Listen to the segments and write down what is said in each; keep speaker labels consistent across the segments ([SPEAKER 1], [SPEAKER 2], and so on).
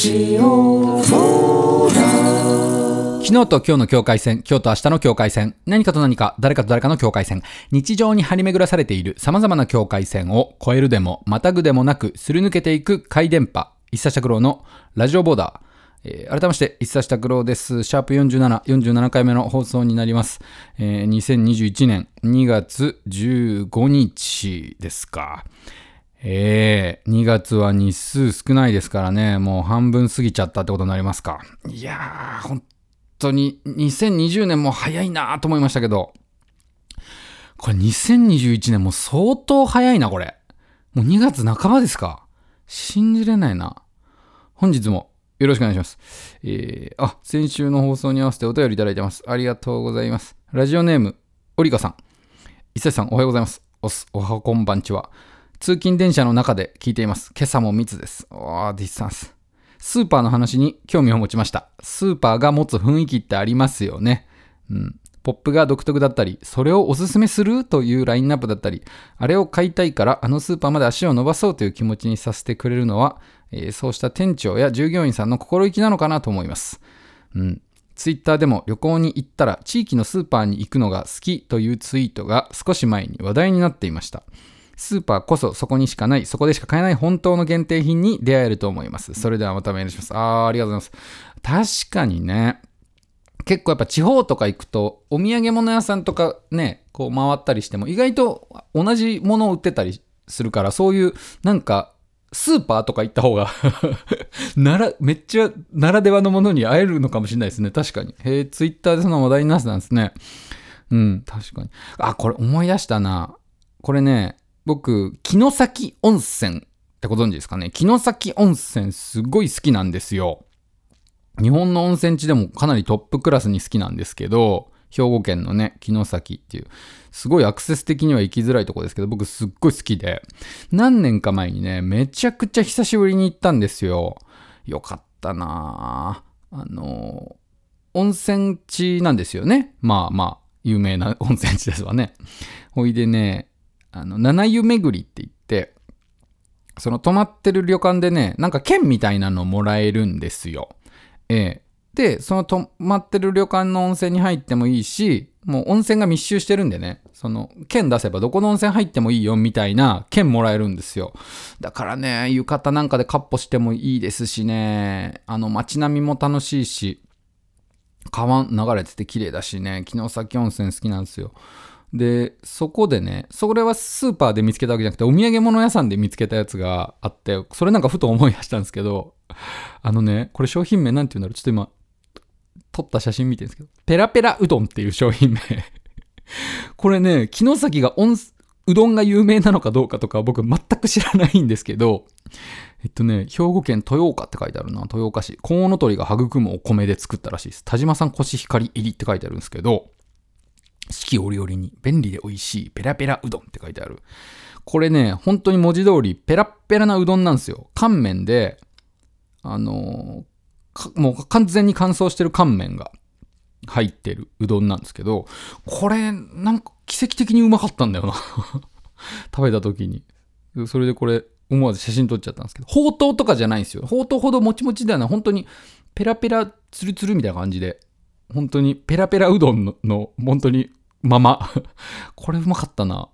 [SPEAKER 1] ジオフォーラム。昨日と今日の境界線、今日と明日の境界線、何かと何か、誰かと誰かの境界線、日常に張り巡らされている様々な境界線を越えるでもまたぐでもなくすり抜けていく回電波、一茶拓郎のラジオボーダー。改めまして一茶拓郎です。シャープ47回目の放送になります。2021年2月15日ですか。2月は日数少ないですからね、もう半分過ぎちゃったってことになりますか。いやー、本当に2020年も早いなと思いましたけど、これ2021年も相当早いな、これ。もう2月半ばですか。信じれないな。本日もよろしくお願いします。先週の放送に合わせてお便りいただいてます。ありがとうございます。ラジオネーム、オリカさん。伊勢さん、おはようございます。おはこんばんちは。通勤電車の中で聞いています。今朝も密です。ディスタンス。スーパーの話に興味を持ちました。スーパーが持つ雰囲気ってありますよね。ポップが独特だったり、それをおすすめするというラインナップだったり、あれを買いたいからあのスーパーまで足を伸ばそうという気持ちにさせてくれるのは、そうした店長や従業員さんの心意気なのかなと思います。ツイッターでも旅行に行ったら地域のスーパーに行くのが好きというツイートが少し前に話題になっていました。スーパーこそそこにしかない、そこでしか買えない本当の限定品に出会えると思います。それではまたメールします。ありがとうございます。確かにね、結構やっぱ地方とか行くとお土産物屋さんとかね、こう回ったりしても意外と同じものを売ってたりするから、そういうなんかスーパーとか行った方がめっちゃならではのものに会えるのかもしれないですね。確かに。ツイッターでその話題になってたんですね。確かに。これ思い出したな。これね、僕、城崎温泉ってご存知ですかね。城崎温泉すごい好きなんですよ。日本の温泉地でもかなりトップクラスに好きなんですけど、兵庫県のね、城崎っていう、すごいアクセス的には行きづらいとこですけど、僕すっごい好きで、何年か前にね、めちゃくちゃ久しぶりに行ったんですよ。よかったなぁ。温泉地なんですよね。まあ、有名な温泉地ですわね。ほいでね、七湯巡りって言って、その泊まってる旅館でね、なんか券みたいなのもらえるんですよ。で、その泊まってる旅館の温泉に入ってもいいし、もう温泉が密集してるんでね、その券出せばどこの温泉入ってもいいよみたいな券もらえるんですよ。だからね、浴衣なんかでカッポしてもいいですしね、街並みも楽しいし、川流れてて綺麗だしね、城崎温泉好きなんですよ。で、そこでね、それはスーパーで見つけたわけじゃなくて、お土産物屋さんで見つけたやつがあって、それなんかふと思い出したんですけど、これ商品名なんて言うんだろう、ちょっと今、撮った写真見てるんですけど、ペラペラうどんっていう商品名。これね、城崎がうどんが有名なのかどうかとか僕全く知らないんですけど、兵庫県豊岡って書いてあるな、豊岡市。コウノトリが育むお米で作ったらしいです。田島さんコシヒカリ入りって書いてあるんですけど、四季折々に便利で美味しいペラペラうどんって書いてある。これね、本当に文字通りペラペラなうどんなんですよ。乾麺で、もう完全に乾燥してる乾麺が入ってるうどんなんですけど、これなんか奇跡的にうまかったんだよな。食べた時に。それでこれ思わず写真撮っちゃったんですけど、ほうとうとかじゃないんですよ。ほうとうほどもちもちではない。本当にペラペラツルツルみたいな感じで。本当にペラペラうどんの本当にままこれうまかったな。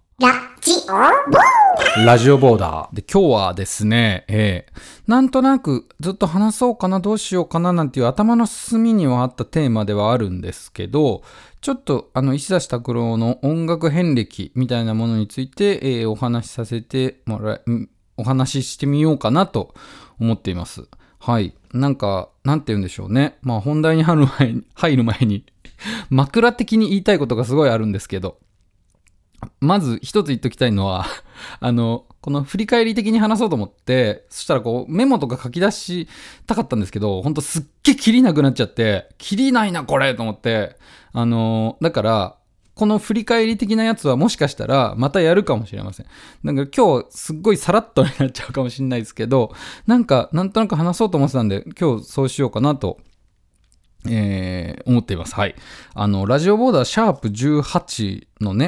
[SPEAKER 1] ラジオボーダーで、今日はですね、なんとなくずっと話そうかな、どうしようかななんていう頭の隅にはあったテーマではあるんですけど、ちょっと石田拓郎の音楽遍歴みたいなものについて、お話ししてみようかなと思っています。はい。なんて言うんでしょうね。本題に入る前に枕的に言いたいことがすごいあるんですけど、まず一つ言っときたいのは、この振り返り的に話そうと思って、そしたらメモとか書き出したかったんですけど、ほんとすっげえキリなくなっちゃって、キリないなこれと思って、だから、この振り返り的なやつはもしかしたらまたやるかもしれません。だから今日すっごいさらっとになっちゃうかもしれないですけど、なんとなく話そうと思ってたんで、今日そうしようかなと、思っています。はい。ラジオボーダーシャープ18のね、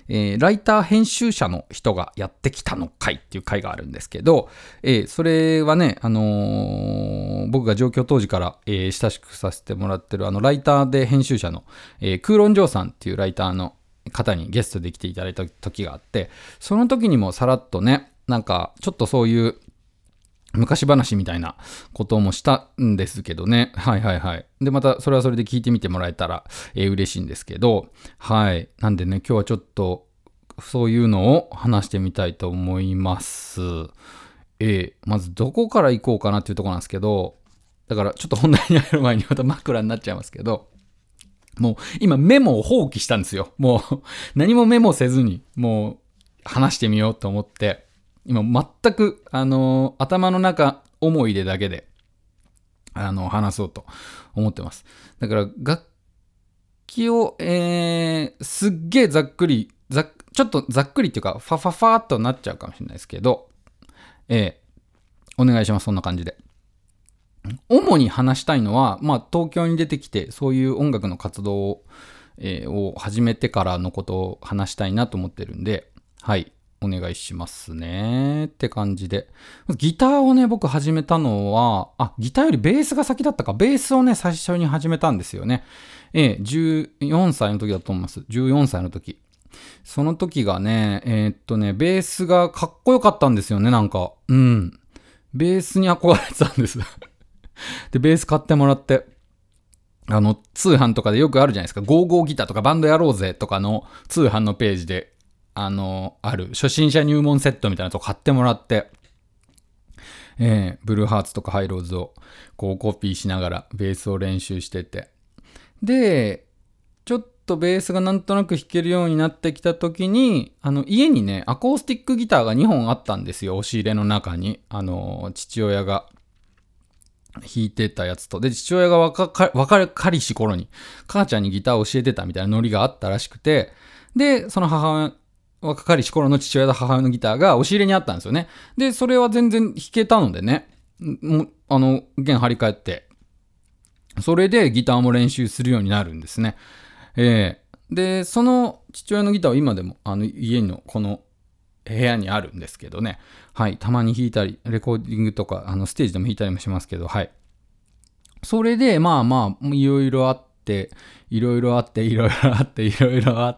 [SPEAKER 1] ライター編集者の人がやってきたの会っていう会があるんですけど、それはね、僕が上京当時から、親しくさせてもらってるライターで編集者の、空論城さんっていうライターの方にゲストで来ていただいた時があって、その時にもさらっとね、なんかちょっとそういう昔話みたいなこともしたんですけどね。はいはいはい。で、またそれはそれで聞いてみてもらえたら、嬉しいんですけど、はい。なんでね、今日はちょっとそういうのを話してみたいと思います。まずどこから行こうかなっていうところなんですけど、だからちょっと本題に入る前にまた枕になっちゃいますけど、もう今メモを放棄したんですよ。もう何もメモせずに、もう話してみようと思って、今全く、頭の中思い出だけで、話そうと思ってます。だから、楽器を、すっげえざっくり、ちょっとざっくりっていうか、ファファファーっとなっちゃうかもしれないですけど、お願いします。そんな感じで。主に話したいのは、まあ、東京に出てきて、そういう音楽の活動を始めてからのことを話したいなと思ってるんで、はい。お願いしますねって感じで。ギターをね、僕始めたのは、ギターよりベースが先だったか。ベースをね、最初に始めたんですよね。14歳の時だと思います。14歳の時。その時がね、ベースがかっこよかったんですよね、なんか。うん。ベースに憧れてたんです。で、ベース買ってもらって。通販とかでよくあるじゃないですか。ゴーゴーギターとかバンドやろうぜとかの通販のページで、ある初心者入門セットみたいなのと買ってもらって、ブルーハーツとかハイローズをこうコピーしながらベースを練習してて。で、ちょっとベースがなんとなく弾けるようになってきた時に、家にね、アコースティックギターが2本あったんですよ。押し入れの中に。父親が弾いてたやつと。で、父親が若かりし頃に、母ちゃんにギターを教えてたみたいなノリがあったらしくて、で、その若かりし頃の父親と母親のギターが押し入れにあったんですよね。で、それは全然弾けたのでね、弦張り替えて、それでギターも練習するようになるんですね。で、その父親のギターは今でも、家のこの部屋にあるんですけどね。はい。たまに弾いたり、レコーディングとか、ステージでも弾いたりもしますけど、はい。それで、まあまあ、いろいろあって、いろいろあって、いろいろあって、いろいろあって、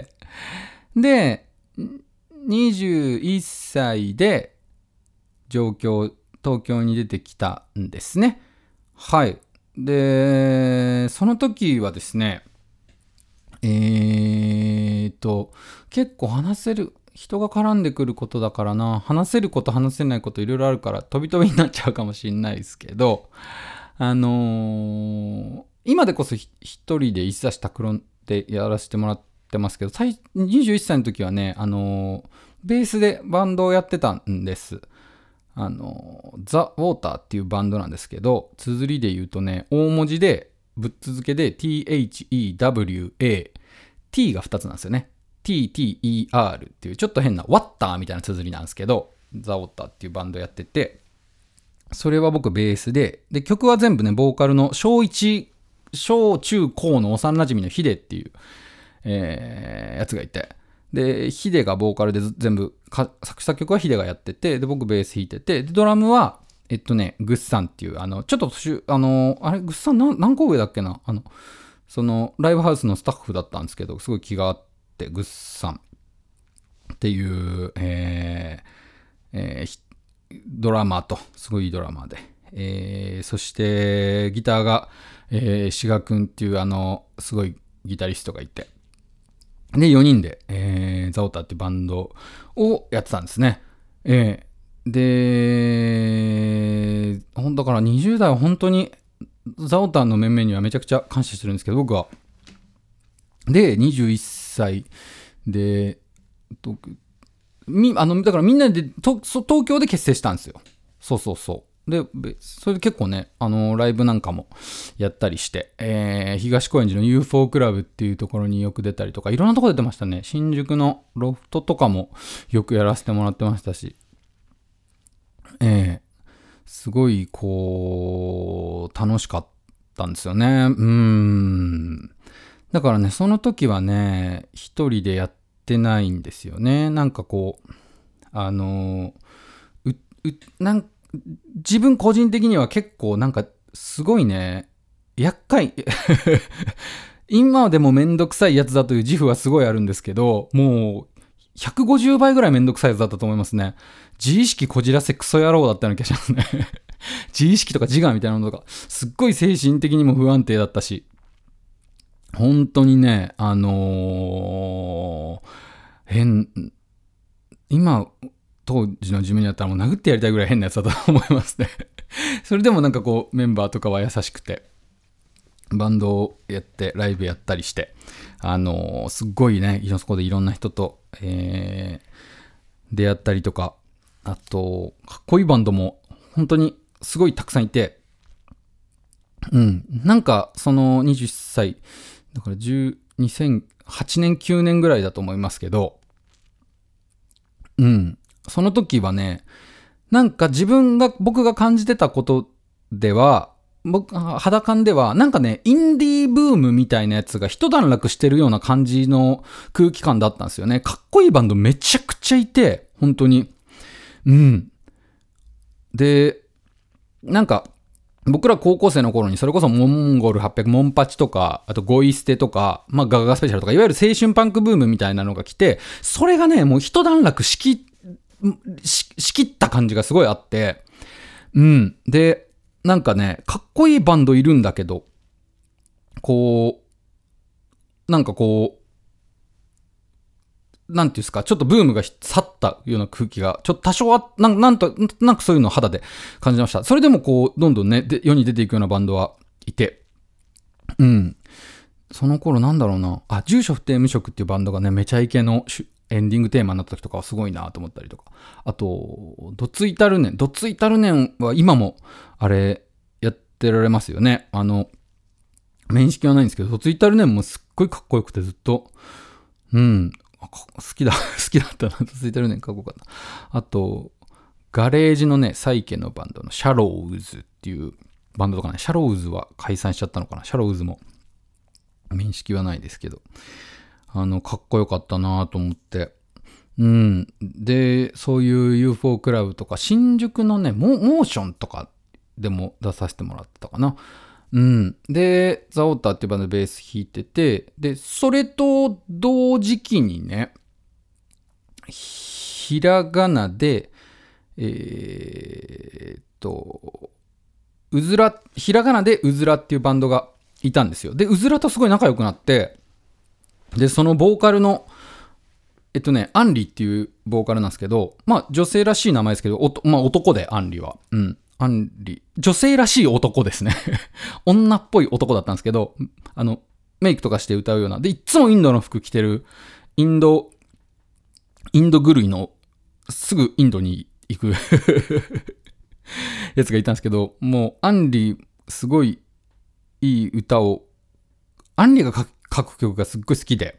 [SPEAKER 1] で、21歳で東京に出てきたんですね。はい。で、その時はですね、結構人が絡んでくることだからな、話せること話せないこといろいろあるから飛び飛びになっちゃうかもしれないですけど、今でこそ一人で一冊拓郎でやらせてもらってますけど、21歳の時はね、ベースでバンドをやってたんです。ザ・ウォーターっていうバンドなんですけど、綴りで言うとね、大文字でぶっ続けで THEWA、T が2つなんですよね。TTER っていうちょっと変なワッターみたいな綴りなんですけど、ザ・ウォーターっていうバンドやってて、それは僕ベースで、曲は全部ね、ボーカルの小中高の幼馴染のヒデっていう、やつがいて、で、ヒデがボーカルで全部、作詞作曲はヒデがやってて、で、僕ベース弾いてて、で、ドラムは、グッサンっていう、ちょっとグッサン何個上だっけな、その、ライブハウスのスタッフだったんですけど、すごい気があって、グッサンっていう、ドラマーと、すごいいいドラマーで、そして、ギターが、志賀くんっていうすごいギタリストがいて、で、4人で、ザオタっていうバンドをやってたんですね。で、だから20代は本当にザオタの面々にはめちゃくちゃ感謝してるんですけど、僕は。で、21歳で、だからみんなで東京で結成したんですよ。そうそうそう。で、それで結構ね、ライブなんかもやったりして、東高円寺の UFO クラブっていうところによく出たりとか、いろんなとこ出てましたね。新宿のロフトとかもよくやらせてもらってましたし、すごい、こう、楽しかったんですよね。だからね、その時はね、一人でやってないんですよね。なんかこう、あのー、自分個人的には結構なんかすごいね、厄介。今でもめんどくさいやつだという自負はすごいあるんですけど、もう150倍ぐらいめんどくさいやつだったと思いますね。自意識こじらせクソ野郎だったような気がしますね。自意識とか自我みたいなものとか、すっごい精神的にも不安定だったし、本当にね、今、当時の自分にやったらもう殴ってやりたいぐらい変なやつだと思いますね。それでもなんかこう、メンバーとかは優しくて、バンドをやって、ライブやったりして、すっごいね、そこでいろんな人と、出会ったりとか、あと、かっこいいバンドも本当にすごいたくさんいて、なんかその21歳、だから2008年9年ぐらいだと思いますけど、その時はね、なんか僕が感じてたことでは、肌感では、なんかね、インディーブームみたいなやつが一段落してるような感じの空気感だったんですよね。かっこいいバンドめちゃくちゃいて、本当に。で、なんか、僕ら高校生の頃にそれこそモンゴル800、モンパチとか、あとゴイステとか、ガガガスペシャルとか、いわゆる青春パンクブームみたいなのが来て、それがね、もう一段落しきった感じがすごいあって、で、なんかね、かっこいいバンドいるんだけど、こう、なんかこう、なんていうんですか、ちょっとブームが去ったような空気が、ちょっと多少なんかそういうのを肌で感じました。それでもこう、どんどんね、世に出ていくようなバンドはいて、その頃なんだろうな、住所不定無職っていうバンドがね、めちゃイケのエンディングテーマになった時とかはすごいなと思ったりとか。あと、どついたるねんは今も、あれ、やってられますよね。面識はないんですけど、どついたるねんもすっごいかっこよくてずっと、好きだったな。どついたるねんかっこよかった。あと、ガレージのね、サイケのバンドのシャローズっていうバンドとかね、シャローズは解散しちゃったのかな。シャローズも面識はないですけど、かっこよかったなと思って。で、そういう UFO クラブとか、新宿のね、モーションとかでも出させてもらってたかな。で、ザオーターっていうバンドでベース弾いてて、で、それと同時期にね、ひらがなで、ひらがなでうずらっていうバンドがいたんですよ。で、うずらとすごい仲良くなって、で、そのボーカルの、アンリっていうボーカルなんですけど、女性らしい名前ですけど、男で、アンリは。アンリ。女性らしい男ですね。女っぽい男だったんですけど、メイクとかして歌うような。で、いつもインドの服着てる、インド狂いの、すぐインドに行くやつがいたんですけど、もう、アンリ、すごいいい歌を、アンリが書く曲がすっごい好きで、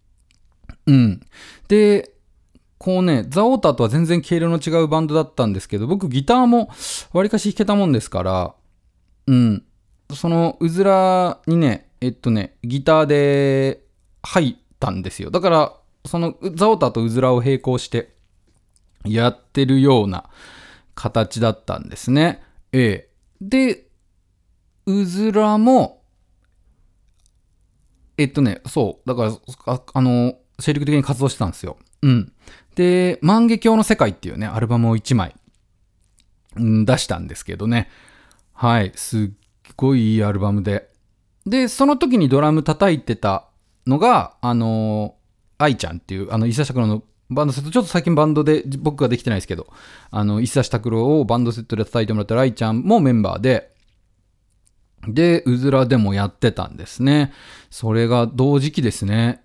[SPEAKER 1] で、こうね、ザ・オーターとは全然毛色の違うバンドだったんですけど、僕ギターもわりかし弾けたもんですから、そのうずらにね、ギターで入ったんですよ。だから、そのザ・オーターとうずらを並行してやってるような形だったんですね。で、うずらも、そう、だから、精力的に活動してたんですよ。で、万華鏡の世界っていうね、アルバムを1枚、出したんですけどね。はい、すっごいいいアルバムで。で、その時にドラム叩いてたのが、愛ちゃんっていう、伊佐拓郎のバンドセット、ちょっと最近バンドで、僕ができてないですけど、伊佐拓郎をバンドセットで叩いてもらった愛ちゃんもメンバーで、で、うずらでもやってたんですね。それが同時期ですね。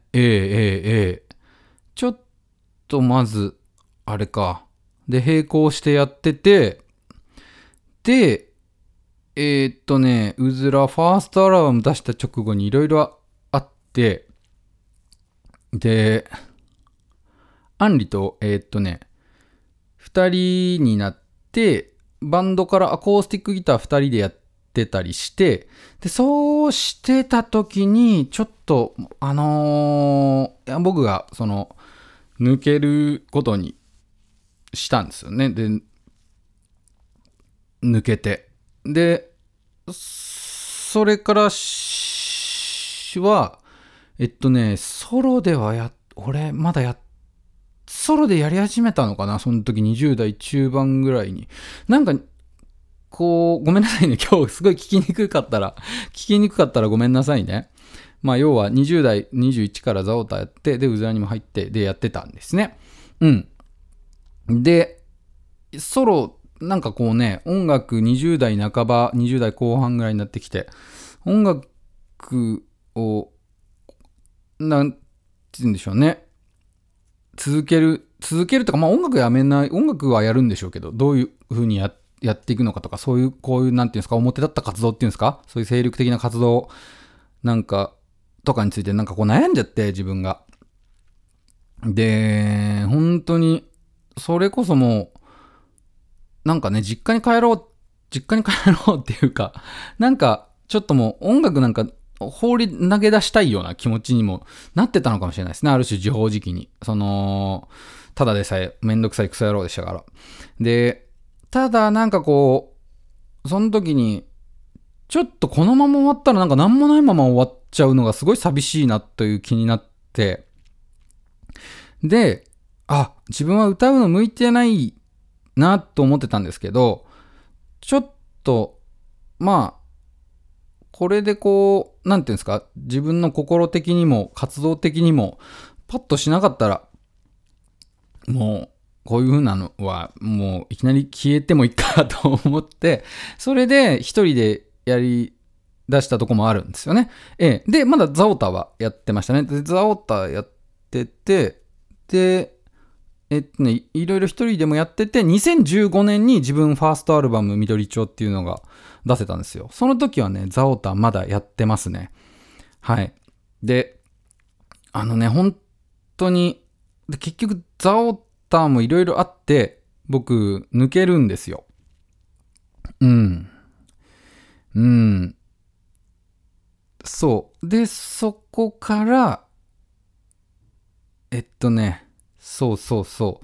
[SPEAKER 1] ちょっとまず、あれか。で、並行してやってて、で、うずらファーストアルバム出した直後にいろいろあって、で、アンリと、二人になって、バンドからアコースティックギター二人でやってたりして、で、そうしてた時に、ちょっと、僕が、 抜けることにしたんですよね。で、抜けて。で、それからは、ソロでは俺まだソロでやり始めたのかな、その時20代中盤ぐらいに。なんか、ごめんなさいね。今日すごい聞きにくかったらごめんなさいね。まあ、要は20代、21からザオタやって、で、ウズラにも入って、で、やってたんですね。うん。で、ソロ、なんかこうね、音楽20代半ば、20代後半ぐらいになってきて、音楽を、なんて言うんでしょうね。続けるとか、まあ音楽やめない、音楽はやるんでしょうけど、どういう風にやっていくのかとか、こういう、なんていうんですか、表立った活動っていうんですか、そういう精力的な活動、なんか、とかについてなんかこう悩んじゃって、自分が。で、本当に、それこそもう、なんかね、実家に帰ろうっていうか、なんか、ちょっともう音楽なんか放り投げ出したいような気持ちにもなってたのかもしれないですね。ある種、自暴自棄に。ただでさえめんどくさいクソ野郎でしたから。で、ただなんかこう、その時に、ちょっとこのまま終わったらなんか何もないまま終わっちゃうのがすごい寂しいなという気になって、で、自分は歌うの向いてないなと思ってたんですけど、ちょっと、まあ、これでこう、なんていうんですか、自分の心的にも活動的にも、パッとしなかったら、もう、こういう風なのは、もういきなり消えてもいいかと思って、それで一人でやり出したとこもあるんですよね。で、まだザオタはやってましたね。で、ザオタやってて、で、いろいろ一人でもやってて、2015年に自分ファーストアルバム緑町っていうのが出せたんですよ。その時はね、ザオタまだやってますね。はい。で、本当に、で結局ザオタもいろいろあって、僕、抜けるんですよ。うん。うん。そう。で、そこから、そうそうそう。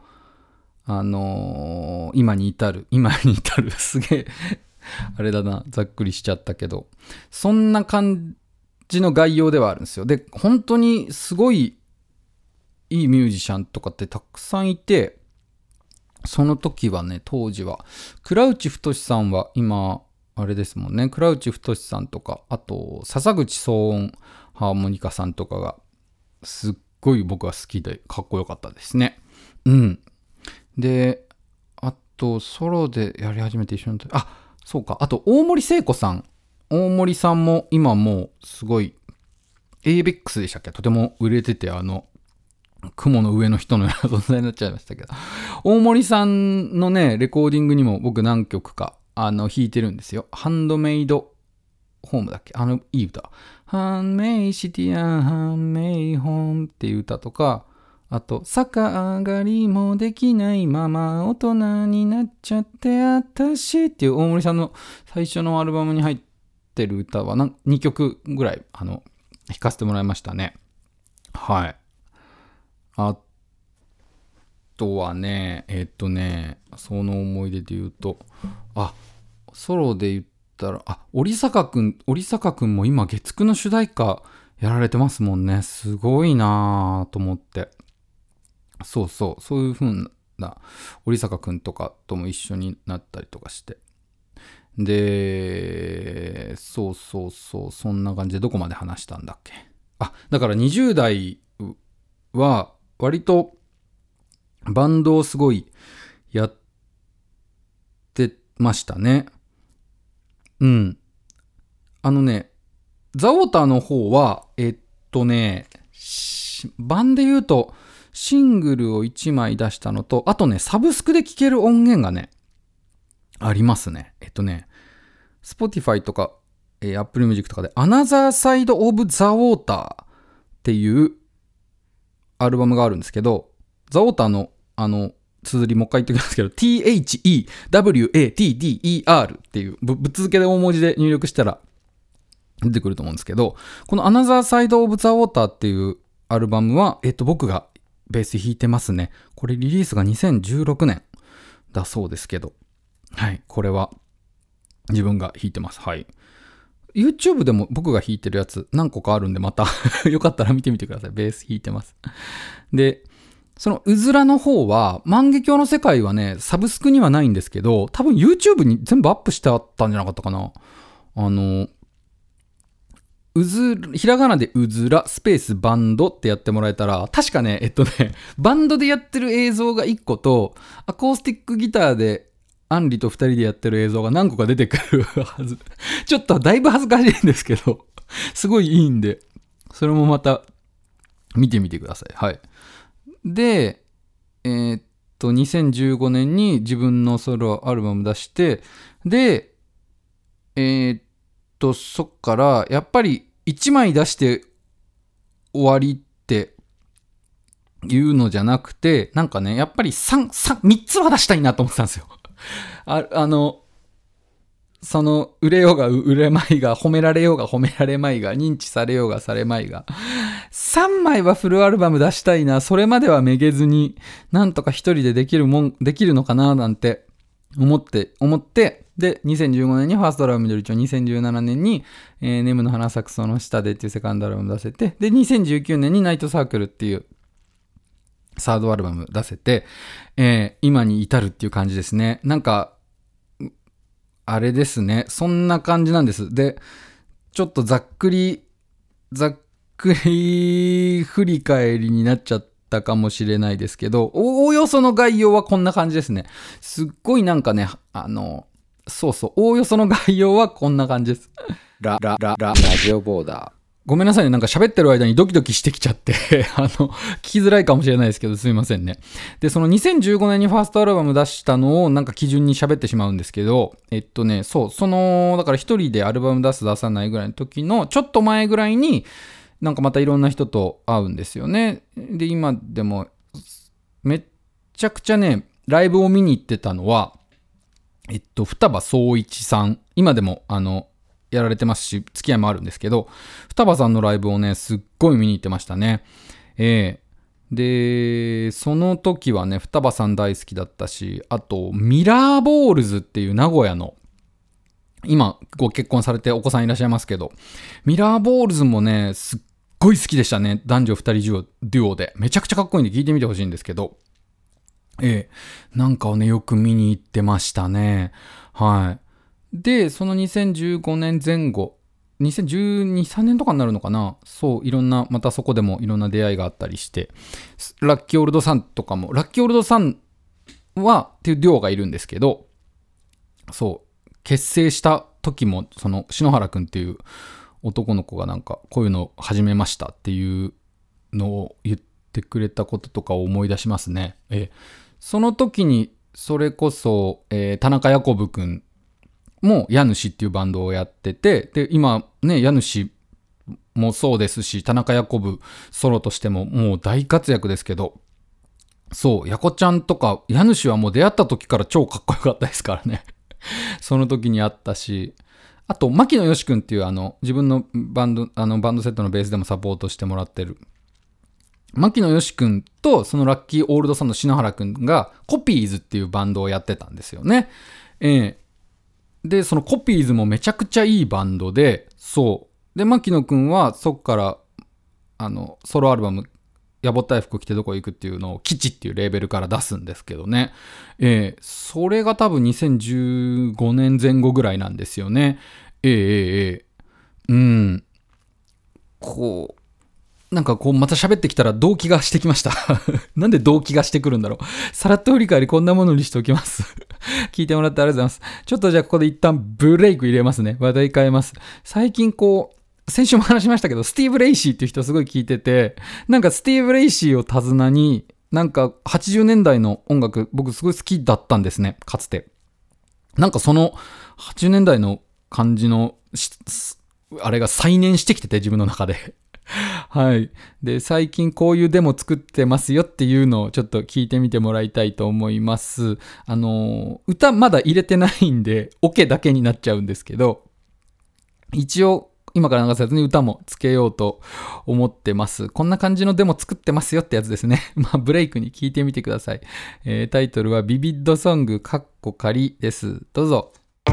[SPEAKER 1] 今に至る、すげえあれだな、ざっくりしちゃったけど、そんな感じの概要ではあるんですよ。で、本当にすごいいいミュージシャンとかってたくさんいて、その時はね、当時は、倉内太さんは今、あれですもんね、倉内太さんとか、あと、笹口騒音ハーモニカさんとかが、すっごい僕は好きで、かっこよかったですね。うん。で、あと、ソロでやり始めて一緒に、そうか。あと、大森聖子さん。大森さんも今もうすごい、ABEX でしたっけ、とても売れてて、雲の上の人のような存在になっちゃいましたけど。大森さんのね、レコーディングにも僕何曲か、弾いてるんですよ。ハンドメイドホームだっけ、いい歌。ハンメイシティアンハンメイホームっていう歌とか、あと、逆上がりもできないまま大人になっちゃって私っていう大森さんの最初のアルバムに入ってる歌は2曲ぐらい、弾かせてもらいましたね。はい。あとはね、その思い出で言うと、ソロで言ったら、織坂くんも今月9の主題歌やられてますもんね。すごいなぁと思って。そういう風な、織坂くんとかとも一緒になったりとかして。で、そんな感じでどこまで話したんだっけ。だから20代は割とバンドをすごいやってましたね。うん。ザ・ウォーターの方は、版で言うと、シングルを1枚出したのと、あとね、サブスクで聴ける音源がね、ありますね。Spotify とか、Apple Music とかで、Another Side of the Water っていうアルバムがあるんですけど、ザ・ウォーターの、綴りもう一回言っておきますけど、THEWATDER っていう、ぶっ続けで大文字で入力したら出てくると思うんですけど、この Another Side of the Water っていうアルバムは、僕がベース弾いてますね。これリリースが2016年だそうですけど、はい、これは自分が弾いてます。はい。YouTube でも僕が弾いてるやつ何個かあるんで、またよかったら見てみてください。ベース弾いてます。で、そのうずらの方は、万華鏡の世界はね、サブスクにはないんですけど、多分 YouTube に全部アップしてあったんじゃなかったかな。ひらがなでうずらスペースバンドってやってもらえたら、確かね、バンドでやってる映像が1個と、アコースティックギターでアンリと2人でやってる映像が何個か出てくるはず。ちょっとだいぶ恥ずかしいんですけど、すごいいいんで、それもまた見てみてください。はい。で、2015年に自分のソロアルバム出して、で、そっからやっぱり1枚出して終わりっていうのじゃなくて、なんかね、やっぱり3つは出したいなと思ってたんですよ。その、売れようが売れまいが、褒められようが褒められまいが、認知されようがされまいが、3枚はフルアルバム出したいな、それまではめげずに、なんとか一人でできるのかな、なんて思って、で、2015年にファーストアルバム緑町、2017年に、ネムの花咲くその下でっていうセカンドアルバム出せて、で、2019年にナイトサークルっていうサードアルバム出せて、今に至るっていう感じですね。なんか、あれですね。そんな感じなんです。で、ちょっとざっくり振り返りになっちゃったかもしれないですけど、おおよその概要はこんな感じですね。すっごいなんかね、おおよその概要はこんな感じです。ラジオボーダー。ごめんなさいね。なんか喋ってる間にドキドキしてきちゃって聞きづらいかもしれないですけど、すいませんね。で、その2015年にファーストアルバム出したのをなんか基準に喋ってしまうんですけど、だから一人でアルバム出さないぐらいの時の、ちょっと前ぐらいに、なんかまたいろんな人と会うんですよね。で、今でも、めっちゃくちゃね、ライブを見に行ってたのは、双葉総一さん。今でも、やられてますし、付き合いもあるんですけど、双葉さんのライブをね、すっごい見に行ってましたね。で、その時はね、双葉さん大好きだったし、あと、ミラーボールズっていう名古屋の、今、ご結婚されてお子さんいらっしゃいますけど、ミラーボールズもね、すっごい好きでしたね。男女二人デュオで。めちゃくちゃかっこいいんで聞いてみてほしいんですけど、なんかをね、よく見に行ってましたね。はい。で、その2015年前後、2012、3年とかになるのかな。そう、いろんな、またそこでもいろんな出会いがあったりして、ラッキーオールドさんとかも、ラッキーオールドさんは、っていうデュオがいるんですけど、そう、結成した時も、その、篠原くんっていう男の子がなんか、こういうのを始めましたっていうのを言ってくれたこととかを思い出しますね。その時に、それこそ、田中ヤコブくんも家主っていうバンドをやってて、で、今ね、家主もそうですし、田中ヤコブソロとしてももう大活躍ですけど、そう、ヤコちゃんとか、家主はもう出会った時から超かっこよかったですからね。その時にあったし、あと、牧野よしくんっていう自分のバンドセットのベースでもサポートしてもらってる、牧野よしくんとそのラッキーオールドさんの篠原くんがコピーズっていうバンドをやってたんですよね。で、そのコピーズもめちゃくちゃいいバンドで、そう。で、牧野くんはそっから、ソロアルバム、やぼったい服着てどこ行くっていうのを、基地っていうレーベルから出すんですけどね。それが多分2015年前後ぐらいなんですよね。なんかこうまた喋ってきたら動機がしてきましたなんで動機がしてくるんだろう。さらっと振り返りこんなものにしておきます聞いてもらってありがとうございます。ちょっとじゃあここで一旦ブレイク入れますね。話題変えます。最近先週も話しましたけど、スティーブ・レイシーっていう人すごい聞いてて、なんかスティーブ・レイシーを手綱に、なんか80年代の音楽僕すごい好きだったんですね、かつて。なんかその80年代の感じのあれが再燃してきてて、自分の中ではい。で、最近こういうデモ作ってますよっていうのをちょっと聞いてみてもらいたいと思います。歌まだ入れてないんで、オケだけになっちゃうんですけど、一応、 今から流すやつに歌もつけようと思ってます。こんな感じのデモ作ってますよってやつですね。ブレイクに聞いてみてください。タイトルはビビッドソング仮です。どうぞ。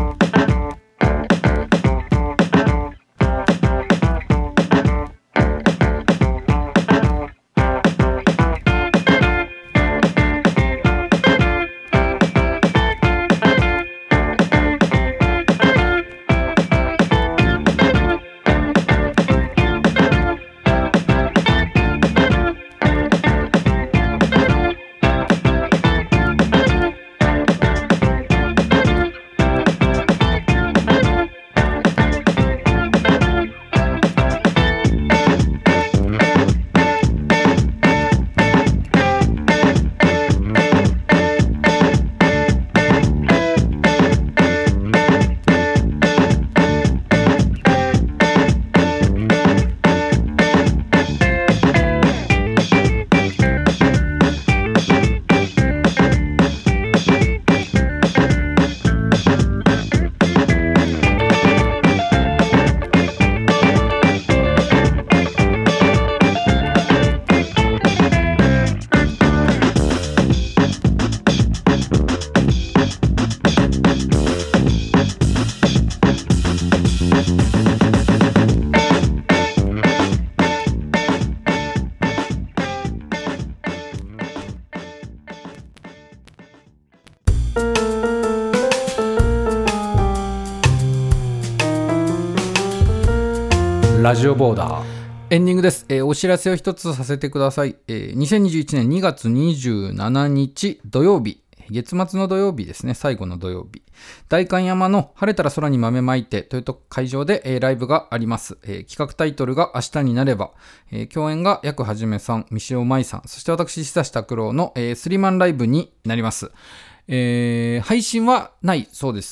[SPEAKER 1] ラジオボーダーエンディングです。お知らせを一つさせてください。2021年2月27日土曜日、月末の土曜日ですね、最後の土曜日、代官山の晴れたら空に豆まいてという会場で、ライブがあります。企画タイトルが明日になれば、共演が薬はじめさん、三塩舞さん、そして私久志拓郎の、スリーマンライブになります。配信はないそうです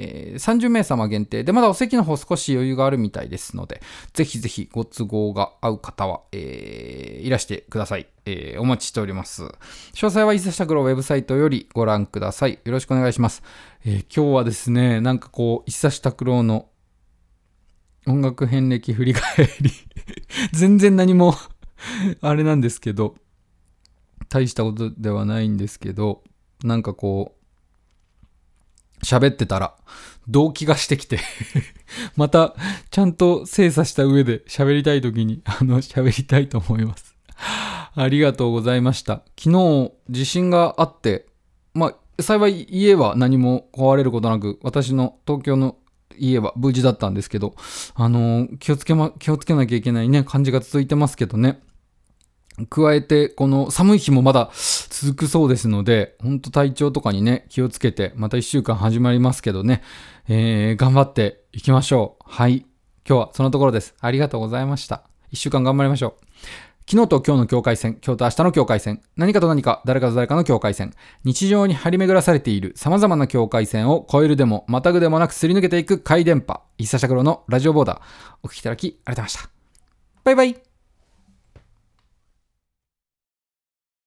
[SPEAKER 1] 。30名様限定で、まだお席の方少し余裕があるみたいですので、ぜひぜひご都合が合う方は、いらしてください。お待ちしております。詳細は伊勢拓郎ウェブサイトよりご覧ください。よろしくお願いします。今日はですね、なんかこう伊勢拓郎の音楽遍歴振り返り全然何もあれなんですけど、大したことではないんですけど、なんかこう喋ってたら動機がしてきてまたちゃんと精査した上で喋りたい時に喋りたいと思います。ありがとうございました。昨日地震があって、幸い家は何も壊れることなく、私の東京の家は無事だったんですけど、気をつけなきゃいけないね感じが続いてますけどね。加えてこの寒い日もまだ続くそうですので、本当体調とかにね気をつけて、また1週間始まりますけどね、頑張っていきましょう。はい、今日はそのところです。ありがとうございました。1週間頑張りましょう。昨日と今日の境界線、今日と明日の境界線、何かと何か、誰かと誰かの境界線、日常に張り巡らされている様々な境界線を越えるでもまたぐでもなくすり抜けていく回電波、伊佐拓郎のラジオボーダー。お聞きいただきありがとうございました。バイバイ。